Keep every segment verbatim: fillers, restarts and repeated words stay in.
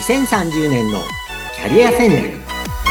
せんさんじゅうねんのキャリア戦略。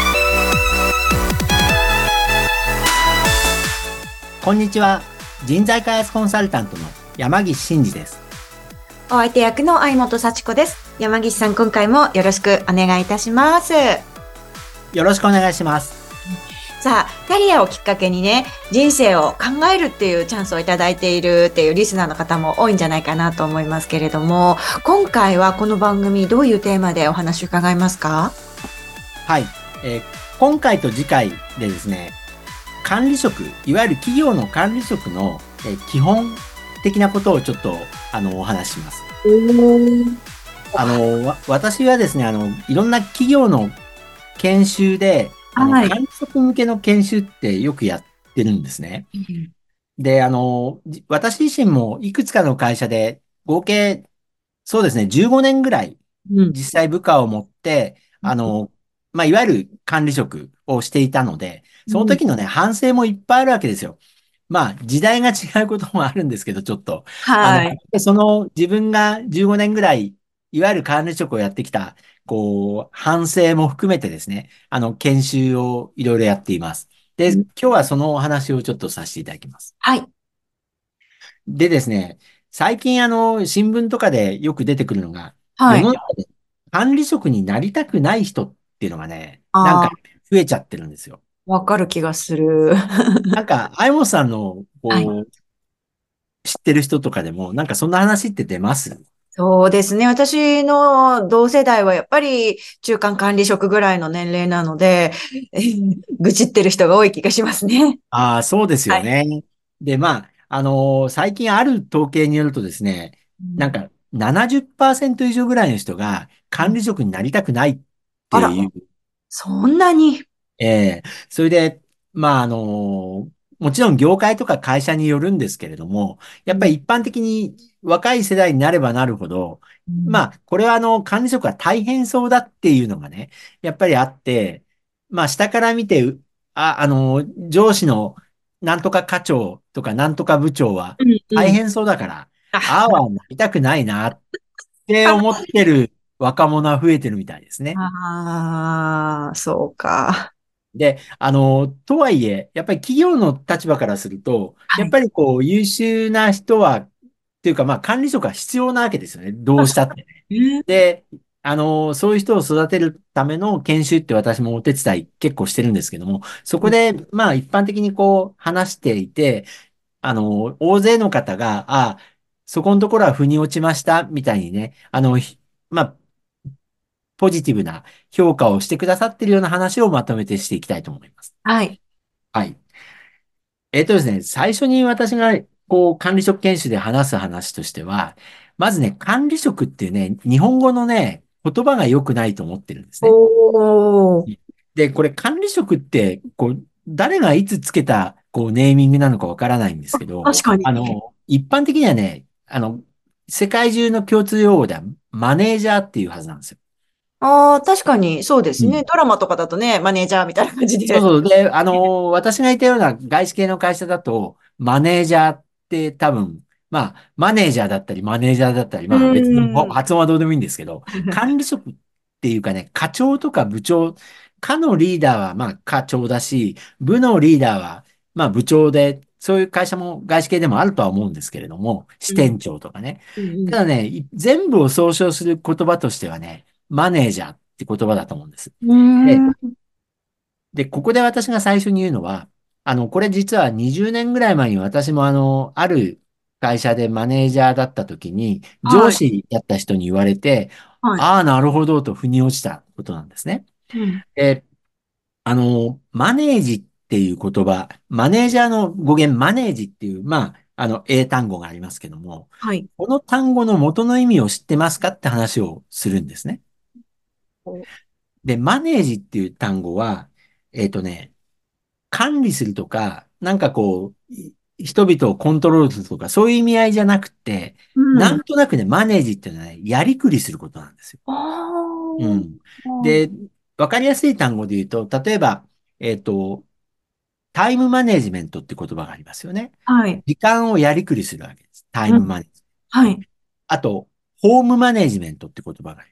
こんにちは。人材開発コンサルタントの山岸真嗣です。 お相手役の相本幸子です。山岸さん、今回もよろしくお願いいたします。 よろしくお願いします。 さあ、キャリアをきっかけにね、人生を考えるっていうチャンスをいただいているっていうリスナーの方も多いんじゃないかなと思いますけれども、今回はこの番組どういうテーマでお話を伺いますか？ はい、えー今回と次回でですね、管理職、いわゆる企業の管理職の、えー基本的なことをちょっとあのお話しします。あのわ私はですね、あのいろんな企業の研修で、あのはい。 管理職向けの研修ってよくやってるんですね。で、あの、じ私自身もいくつかの会社で合計、そうですね、じゅうごねんぐらいうん。 実際部下を持って、あの、まあ、いわゆる管理職をしていたので、そのうん。 時のね、反省もいっぱいあるわけですよ。まあ、時代が違うこともあるんですけど、ちょっと。あの、 はい。 その自分がじゅうごねんぐらい、いわゆる管理職をやってきた、こう、反省も含めてですね、あの、研修をいろいろやっています。で、今日はそのお話をちょっとさせていただきます。 はい。 でですね、最近あの、新聞とかでよく出てくるのが、世はい。 の中で管理職になりたくない人っていうのがね、なんかああ、 増えちゃってるんですよ。 わかる気がする。 なんか、相本さんの、 はい。 こう、知ってる人とかでも、なんかそんな話って出ます？ そうですね。私の同世代はやっぱり中間管理職ぐらいの年齢なので、えー愚痴ってる人が多い気がしますね。 ああ、そうですはい。 よね。で、まあ、あのー最近ある統計によるとですね、 うん。 なんかななじゅっパーセント以上ぐらいの人が管理職になりたくないってあら、 いう。 そんなに。 ええ、それで、まあ、あの、もちろん業界とか会社によるんですけれども、やっぱうん。 り一般的に若い世代になればなるほど、 うん。 まあ、これはあの、管理職は大変そうだっていうのがね、やっぱりあって、まあ、下から見て、うあ、あの、上司のなんとか課長とかなんとか部長はうんうん。 大変そうだから、 あ、 ああはなりたくないなって思ってる若者は増えてるみたいですね。 ああ、そうか。 で、あの、とはいえ、やっぱり企業の立場からすると、やっはい。 ぱりこう、優秀な人は、っていうか、まあ、管理職は必要なわけですよね。どうしたってね。 えーで、あの、そういう人を育てるための研修って私もお手伝い結構してるんですけども、そこで、まあ、一般的にこう、話していて、あの、大勢の方が、あ、そこのところは腑に落ちました、みたいにね、あの、ひまあ、ポジティブな評価をしてくださっているような話をまとめてしていきたいと思います。 はい。 はい。えっとですね、最初に私がこう管理職研修で話す話としては、まずね、管理職っていうね、日本語のね、言葉が良くないと思ってるんですね。 おー。 で、これ管理職って、こう、誰がいつつけた、こう、ネーミングなのかわからないんですけど、 確かに。 あの、一般的にはね、あの、世界中の共通用語ではマネージャーっていうはずなんですよ。 ああ、確かに、そうですね。 うん。 ドラマとかだとね、マネージャーみたいな感じで。 そうそう。で、あの、私がいたような外資系の会社だと、マネージャーって多分、まあ、マネージャーだったり、マネージャーだったり、 うまあ別にーん。 発音はどうでもいいんですけど、管理職っていうかね、課長とか部長、課のリーダーはまあ課長だし、部のリーダーはまあ部長で、そういう会社も外資系でもあるとは思うんですけれども、支うん。 店長とかね。 うんただね、い全部を総称する言葉としてはね、マネージャーって言葉だと思うんです。 うでん。うーん。 で、ここで私が最初に言うのは、あの、これ実はにじゅうねんぐらい前に私もあの、ある会社でマネージャーだった時に、上はい。 司だった人に言われて、 はい。 ああ、なるほどと腑に落ちたことなんですね。 うん。 で、あの、マネージっていう言葉、マネージャーの語源、マネージっていう、まあ、あの、英単語がありますけども、 はい。 この単語の元の意味を知ってますかって話をするんですね。で、マネージっていう単語は、えっとね、管理するとか、なんかこう、い人々をコントロールするとか、そういう意味合いじゃなくて、 うん。 なんとなくね、マネージっていうのはね、やりくりすることなんですよ。 ああ。 うん。で、わかりやすい単語で言うと、例えば、えっと、タイムマネージメントって言葉がありますよね。 はい。 時間をやりくりするわけです。タイうん。 ムマネージメント。 はい。 あと、ホームマネージメントって言葉があります。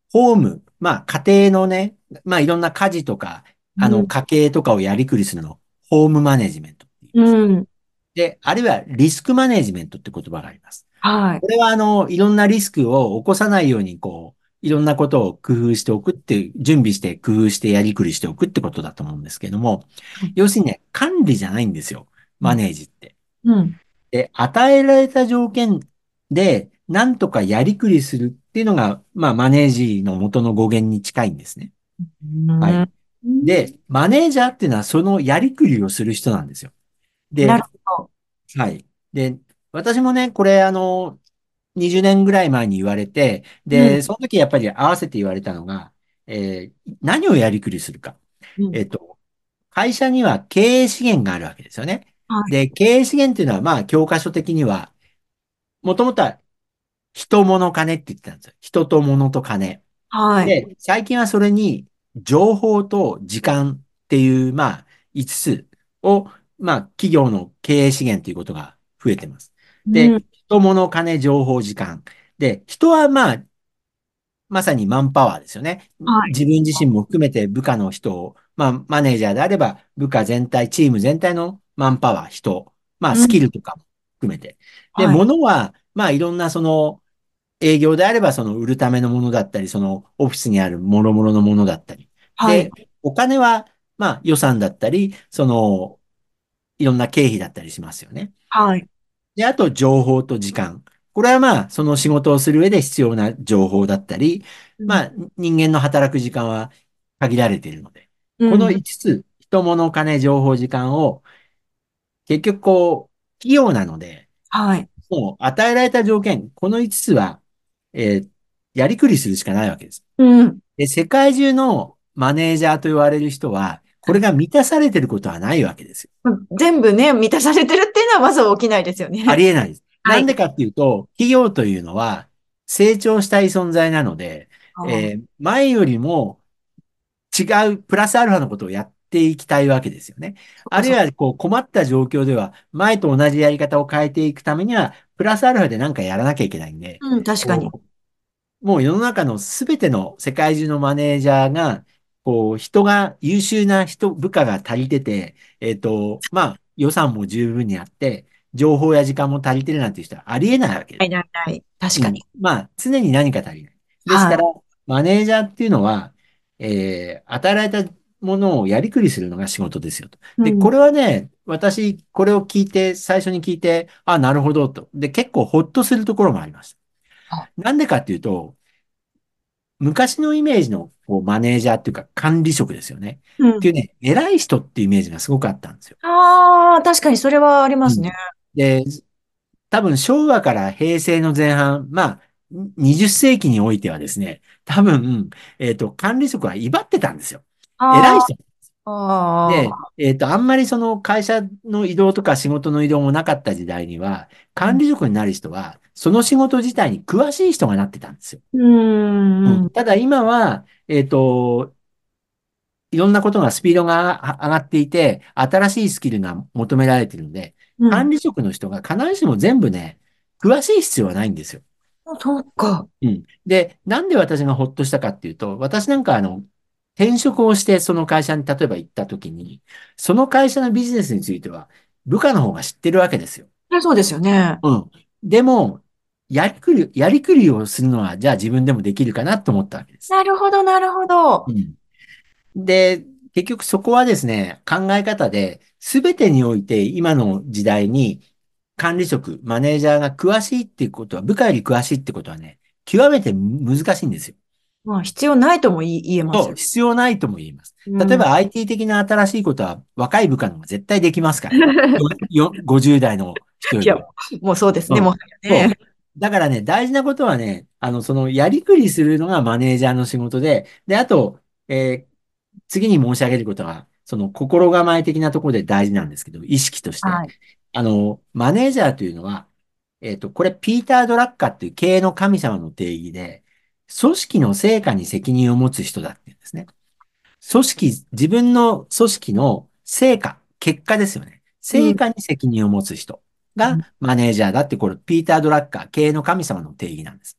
ホーム、まあ家庭のね、まあいろんな家事とか、あのうん。 家計とかをやりくりするのをホームマネジメントって言いうます。 ん。 で、あるいはリスクマネジメントって言葉があります。 はい。 これはあの、いろんなリスクを起こさないように、こう、いろんなことを工夫しておくっていう、準備して工夫してやりくりしておくってことだと思うんですけども、要するにね、管理じゃないんですよ。マうん。 ネージって。 うん。 で、与えられた条件で、なんとかやりくりするっていうのが、まあ、マネージの元の語源に近いんですね。はい。 うん。 で、マネージャーっていうのはそのやりくりをする人なんですよ。で、 なるほど。 はい。で、私もね、これ、あの、にじゅうねんぐらい前に言われて、 うん。 で、その時やっぱり合わせて言われたのが、えー何をやりくりするか。 うん。 えっと、会社には経営資源があるわけですよね。 はい。 で、経営資源っていうのは、まあ、教科書的には、もともとは人物金って言ってたんですよ。人と物と金。 はい。 で、最近はそれに情報と時間っていう、まあ、いつつつを、まあ、企業の経営資源ということが増えてます。 うん。 で、人物金情報時間。で、人はまあ、まさにマンパワーですよね。 はい。 自分自身も含めて部下の人を、まあ、マネージャーであれば部下全体、チーム全体のマンパワー、人、まあ、スうん。 キルとかも含めて。で、 はい。 物は、まあ、いろんなその、営業であれば、その売るためのものだったり、そのオフィスにある諸々のものだったり。 はい。 で、お金は、まあ予算だったり、その、いろんな経費だったりしますよね。 はい。 で、あと情報と時間。これはまあ、その仕事をする上で必要な情報だったり、 うん。 まあ、人間の働く時間は限られているので、このうん。 いつつ、人物、金、情報、時間を、結局こう、企業なので、 はい。 もう与えられた条件、このいつつつは、えーやりくりするしかないわけです。 うん。 で、世界中のマネージャーと言われる人は、これが満たされてることはないわけですよ。 全部ね、満たされてるっていうのはまず起きないですよね。 ありえないです。 はい。 なんでかっていうと、企業というのは成長したい存在なので、 あえー前よりも違うプラスアルファのことをやっていきたいわけですよね。 そっかそっか。 あるいはこう困った状況では、前と同じやり方を変えていくためには、プラスアルファで何かやらなきゃいけないんで、 うん、確かに。 こうもう世の中のすべての世界中のマネージャーが、こう、人が、優秀な人、部下が足りてて、えっと、まあ、予算も十分にあって、情報や時間も足りてるなんていう人はありえないわけです。 ないないない。確うん。 かに。 まあ、常に何か足りない。ですはい。 から、マネージャーっていうのは、えー与えられたものをやりくりするのが仕事ですよと。で、こうん。 れはね、私、これを聞いて、最初に聞いて、あ、なるほどと。で、結構ほっとするところもありました。 あ、 なんでかっていうと、昔のイメージのこうマネージャーっていうか管理職ですよね。 うん。 っていうね、偉い人っていうイメージがすごくあったんですよ。 ああ、確かにそれはありますね。 うん。で、多分昭和から平成の前半、まあ、にじゅっ世紀においてはですね、多分、えっと、管理職は威張ってたんですよ。偉いあ人。 あ、 で、 ああ、 えっと、あんまりその会社の移動とか仕事の移動もなかった時代には、 うん。 管理職になる人は、その仕事自体に詳しい人がなってたんですよ。 うーん。 うん。ただ今は、えっと、いろんなことがスピードが上がっていて、新しいスキルが求められているので、 うん。 管理職の人が必ずしも全部ね、詳しい必要はないんですよ。 そうか。 うん。で、なんで私がほっとしたかっていうと、私なんかあの、転職をしてその会社に例えば行った時に、その会社のビジネスについては部下の方が知ってるわけですよ。 そうですよね。 うん。でも、やりくり、やりくりをするのは、じゃあ自分でもできるかなと思ったわけです。 なるほど、なるほど。 うん。で、結局そこはですね、考え方で、すべてにおいて今の時代に管理職、マネージャーが詳しいっていうことは、部下より詳しいってことはね、極めて難しいんですよ。 まあ、必要ないとも言い言えますそう、 よ。 必要ないとも言います。 うん。 例えば アイティー 的な新しいことは若い部下の方が絶対できますから。よよごじゅう代の人よいや、 りは。 もうそうですね、もはうん。 やね。 そう。だからね、大事なことはね、あの、その、やりくりするのがマネージャーの仕事で、で、あと、えー次に申し上げることは、その、心構え的なところで大事なんですけど、意識として。 はい。 あの、マネージャーというのは、えっと、これ、ピーター・ドラッカーっていう経営の神様の定義で、組織の成果に責任を持つ人だっていうんですね。組織、自分の組織の成果、結果ですよね。 うん。 成果に責任を持つ人がマネージャーだって、これ、ピーター・ドラッカー、経営の神様の定義なんです。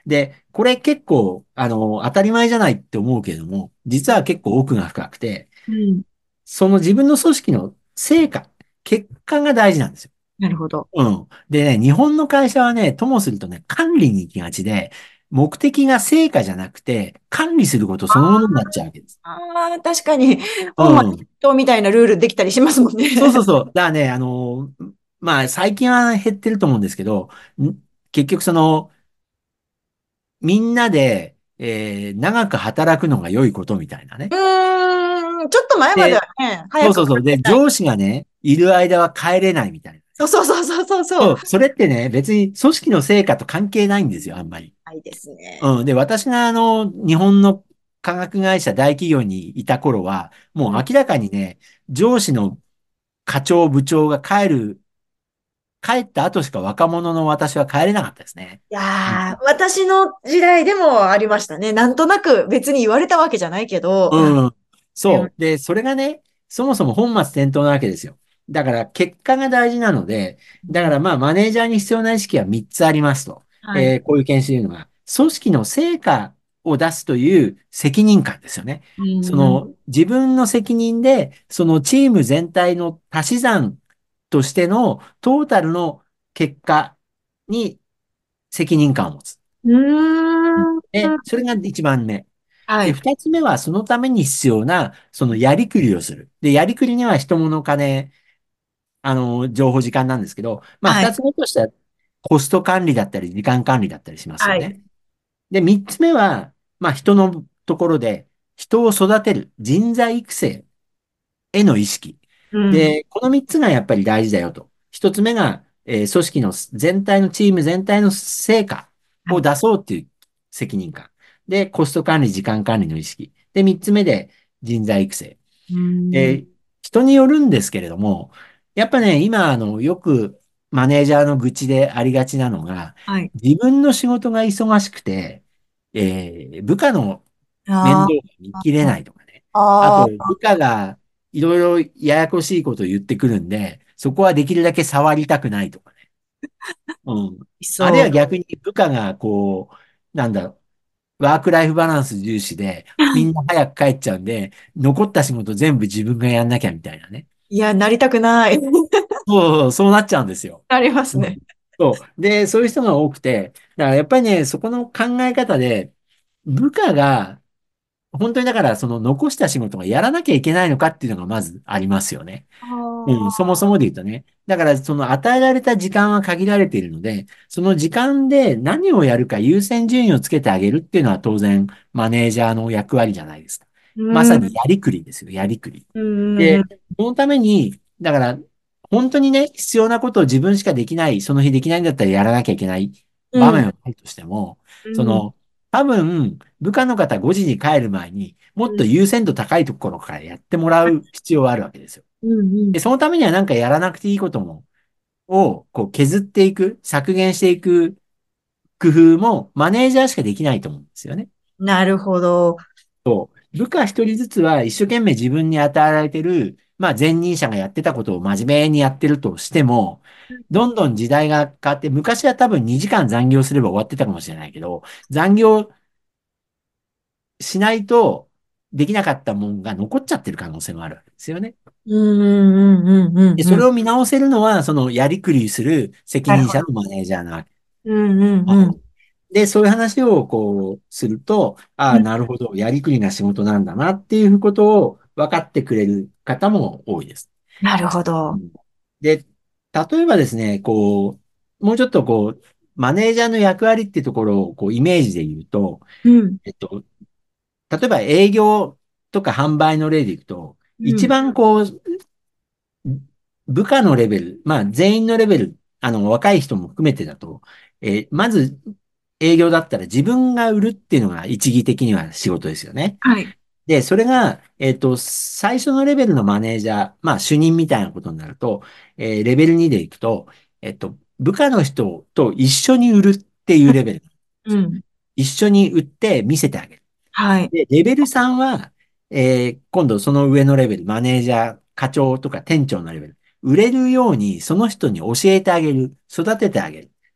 で、これ結構、あの、当たり前じゃないって思うけれども、実は結構奥が深くて、 うん。 その自分の組織の成果、結果が大事なんですよ。 なるほど。 うん。でね、日本の会社はね、ともするとね、管理に行きがちで、目的が成果じゃなくて、管理することそのものになっちゃうわけです。 ああ、確かに、 う本ん。 末みたいなルールできたりしますもんね。 そうそうそう。だからね、あの、まあ、最近は減ってると思うんですけど、ん結局その、みんなで、えー長く働くのが良いことみたいなね。 うーん、ちょっと前まではで、 ね、早く帰そうそうそう。で、 りたい。 上司がね、いる間は帰れないみたいな。 そうそうそうそうそうそう。 そう、それってね、別に組織の成果と関係ないんですよ、あんまり。 はいですね。 うん。で、私があの、日本の科学会社大企業にいた頃は、もうん、いう明らかにね、上司の課長、部長が帰る、帰った後しか若者の私は帰れなかったですね。うん。 やー、私の時代でもありましたね。なんとなく別に言われたわけじゃないけど、うん、あうん。 りまそう。で、それがね、そもそも本末転倒なわけですよ。だから、結果が大事なので、だからまあ、マネージャーに必要な意識はみっつありますと。 はい。 えーこういう研修というのが、組織の成果を出すという責任感ですよね。 うんうん。 その、自分の責任で、そのチーム全体の足し算としてのトータルの結果に責任感を持つ。 うーん。 で、それが一番目。で、 はい。 二つ目はそのために必要な、そのやりくりをする。で、やりくりには人物金、あの、情報時間なんですけど、まあはい。 二つ目としてはコスト管理だったり、時間管理だったりしますよはい。 ね。で、三つ目は、まあ人のところで、人を育てる、人材育成への意識。 うん。 で、この三つがやっぱり大事だよと。一つ目が、えー組織の全体のチーム全体の成果はい。 を出そうっていう責任感。で、コスト管理、時間管理の意識。で、三つ目で人材育成。 うーん。 で、人によるんですけれども、やっぱね、今、あの、よくマネージャーの愚痴でありがちなのが、 はい。 自分の仕事が忙しくて、えー部下の面あ倒が見切れないとかね。あと、 あ、あ部下がいろいろややこしいことを言ってくるんで、そこはできるだけ触りたくないとかね。うん。 いあるいそう。 は逆に部下がこう、なんだろう、ワークライフバランス重視で、みんな早く帰っちゃうんで、残った仕事全部自分がやんなきゃみたいなね。 いや、なりたくない。 そう、そうなっちゃうんですよ。 なりますうん。 ね。 そう。で、そういう人が多くて、だからやっぱりね、そこの考え方で、部下が、本当にだから、その残した仕事がやらなきゃいけないのかっていうのがまずありますよね。 あうん、そもそもで言うとね。だから、その与えられた時間は限られているので、その時間で何をやるか優先順位をつけてあげるっていうのは当然、マネージャーの役割じゃないですか。 うまさん。 にやりくりですよ、やりくり。 うん。うで、 ん。 そのために、だから、本当にね、必要なことを自分しかできない、その日できないんだったらやらなきゃいけない場うん。 面はないとしても、 うん。 その、多分、部下の方ごじに帰る前にもっと優先度高いところからやってもらう必要はあるわけですよ。 うん。 で、そのためにはなんかやらなくていいことも、を、こう削っていく、削減していく工夫もマネージャーしかできないと思うんですよね。 なるほど。 部下一人ずつは一生懸命自分に与えられてる、まあ前任者がやってたことを真面目にやってるとしても、どんどん時代が変わって、昔は多分にじかん残業すれば終わってたかもしれないけど、残業しないとできなかったもんが残っちゃってる可能性もあるわけですよね。 うん。うん。うん。 で、 うん。うん。 それを見直せるのは、そのやりくりする責任なるほど。 者のマネージャーなわけ。 うん。うん。うん。 で、そういう話をこうすると、ああ、 うん。 なるほど、やりくりな仕事なんだなっていうことを分かってくれる方も多いです。 なるほど。 うん。で、例えばですね、こう、もうちょっとこう、マネージャーの役割っていうところをこうイメージで言うと、 うん。 えっと、例えば営業とか販売の例でいくと、一うん。 番こう、部下のレベル、まあ全員のレベル、あの、若い人も含めてだと、えーまず営業だったら自分が売るっていうのが一義的には仕事ですよね。 はい。 で、それが、えっと、最初のレベルのマネージャー、まあ主任みたいなことになると、えーレベルにでいくと、えっと、部下の人と一緒に売るっていうレベル。 うん。 一緒に売って見せてあげる。 はい。 で、レベルさんは、えー今度その上のレベル、マネージャー、課長とか店長のレベル。売れるようにその人に教えてあげる、育ててあげる。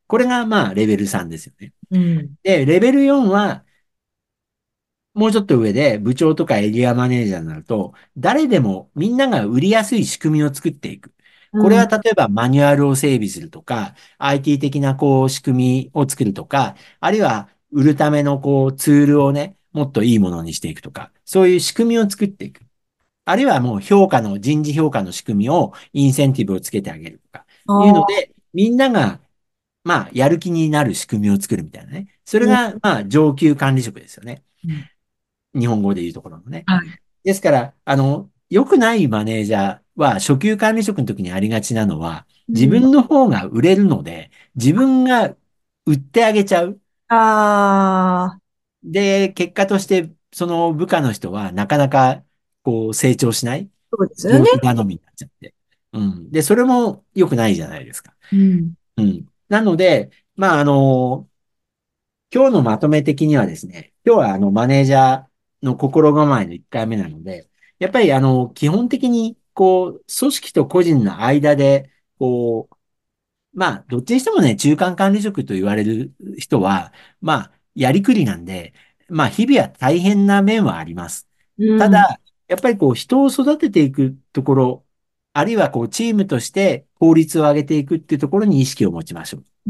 これがまあレベルさんですよね。 うん。 で、レベルよんはもうちょっと上で部長とかエリアマネージャーになると、誰でもみんなが売りやすい仕組みを作っていく。これうん。 は例えばマニュアルを整備するとか、アイティー 的なこう仕組みを作るとか、あるいは売るためのこうツールをね、もっといいものにしていくとか、そういう仕組みを作っていく。あるいはもう評価の、人事評価の仕組みをインセンティブをつけてあげるとか、いうのああ。 で、みんながまあ、やる気になる仕組みを作るみたいなね。それうん。 が、まあ、上級管理職ですよね。 うん。 日本語で言うところのね。 はい。 ですから、あの、良くないマネージャーは、初級管理職の時にありがちなのは、自うん。 分の方が売れるので、自分が売ってあげちゃう。 ああ、 で、結果として、その部下の人は、なかなか、こう、成長しない。 そうですよね。 上司頼みになっちゃって。うん。で、それも良くないじゃないですか。 うん。 うん。なので、まあ、あの、今日のまとめ的にはですね、今日はあのマネージャーの心構えのいっかいめなので、やっぱりあの基本的にこう組織と個人の間で、こう、まあどっちにしてもね、中間管理職と言われる人は、まあやりくりなんで、まあ日々は大変な面はあります。 うん。 ただ、やっぱりこう人を育てていくところ、あるいはこうチームとして効率を上げていくっていうところに意識を持ちましょう。 うん。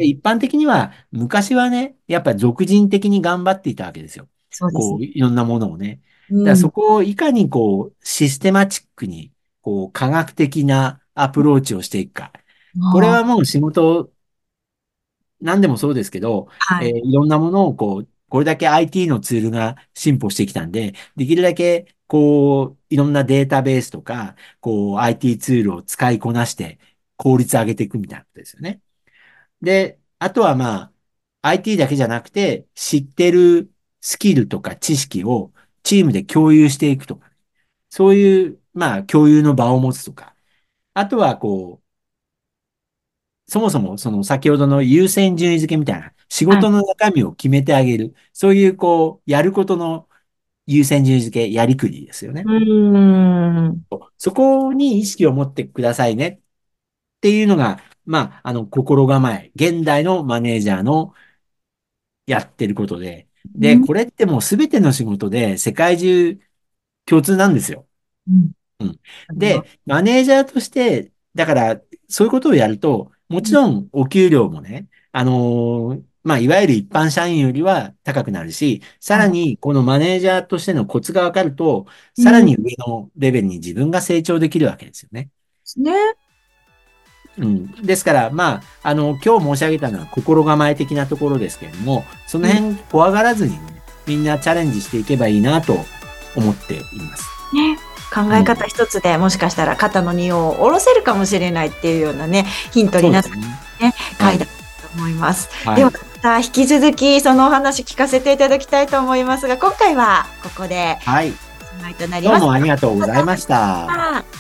で一般的には、昔はね、やっぱり俗人的に頑張っていたわけですよ。 そうですね。 こう、いろんなものをね。だからうん。 そこをいかにこう、システマチックに、こう、科学的なアプローチをしていくか。これああ、 はもう仕事、何でもそうですけど、 はい。 えーいろんなものをこう、これだけ アイティー のツールが進歩してきたんで、できるだけ、こう、いろんなデータベースとか、こう、アイティー ツールを使いこなして、効率上げていくみたいなことですよね。で、あとはまあ、アイティー だけじゃなくて、知ってるスキルとか知識をチームで共有していくとか、そういう、まあ、共有の場を持つとか、あとはこう、そもそもその先ほどの優先順位付けみたいな、仕はい。 事の中身を決めてあげる、そういうこう、やることの優先順位付け、やりくりですよね。 うーん。 そこに意識を持ってくださいねっていうのが、まあ、あの、心構え、現代のマネージャーのやってることで、で、 うん。 これってもうすべての仕事で世界中共通なんですよ。 うん。 うん。 ありまで、 す。 マネージャーとして、だから、そういうことをやると、もうん。 ちろんお給料もね、あのーまあ、いわゆる一般社員よりは高くなるし、さはい。 らに、このマネージャーとしてのコツが分かると、 うん。でさらに上のレベルに自分が成長できるわけですよね。 すね。 うん。ですから、まあ、あの、今日申し上げたのは心構え的なところですけれども、そのうん。 辺怖がらずにね、みんなチャレンジしていけばいいなと思っています。 ね。考うん。 え方一つでもしかしたら肩の荷を下ろせるかもしれないっていうようなね、ヒントになったそうですね。 ね、 はい。 回だと思います。では、 はい。 また引き続きそのお話聞かせていただきたいと思いますが、今回はここではい。 おしまいとなります。 どうもありがとうごまた、 ざいました。 また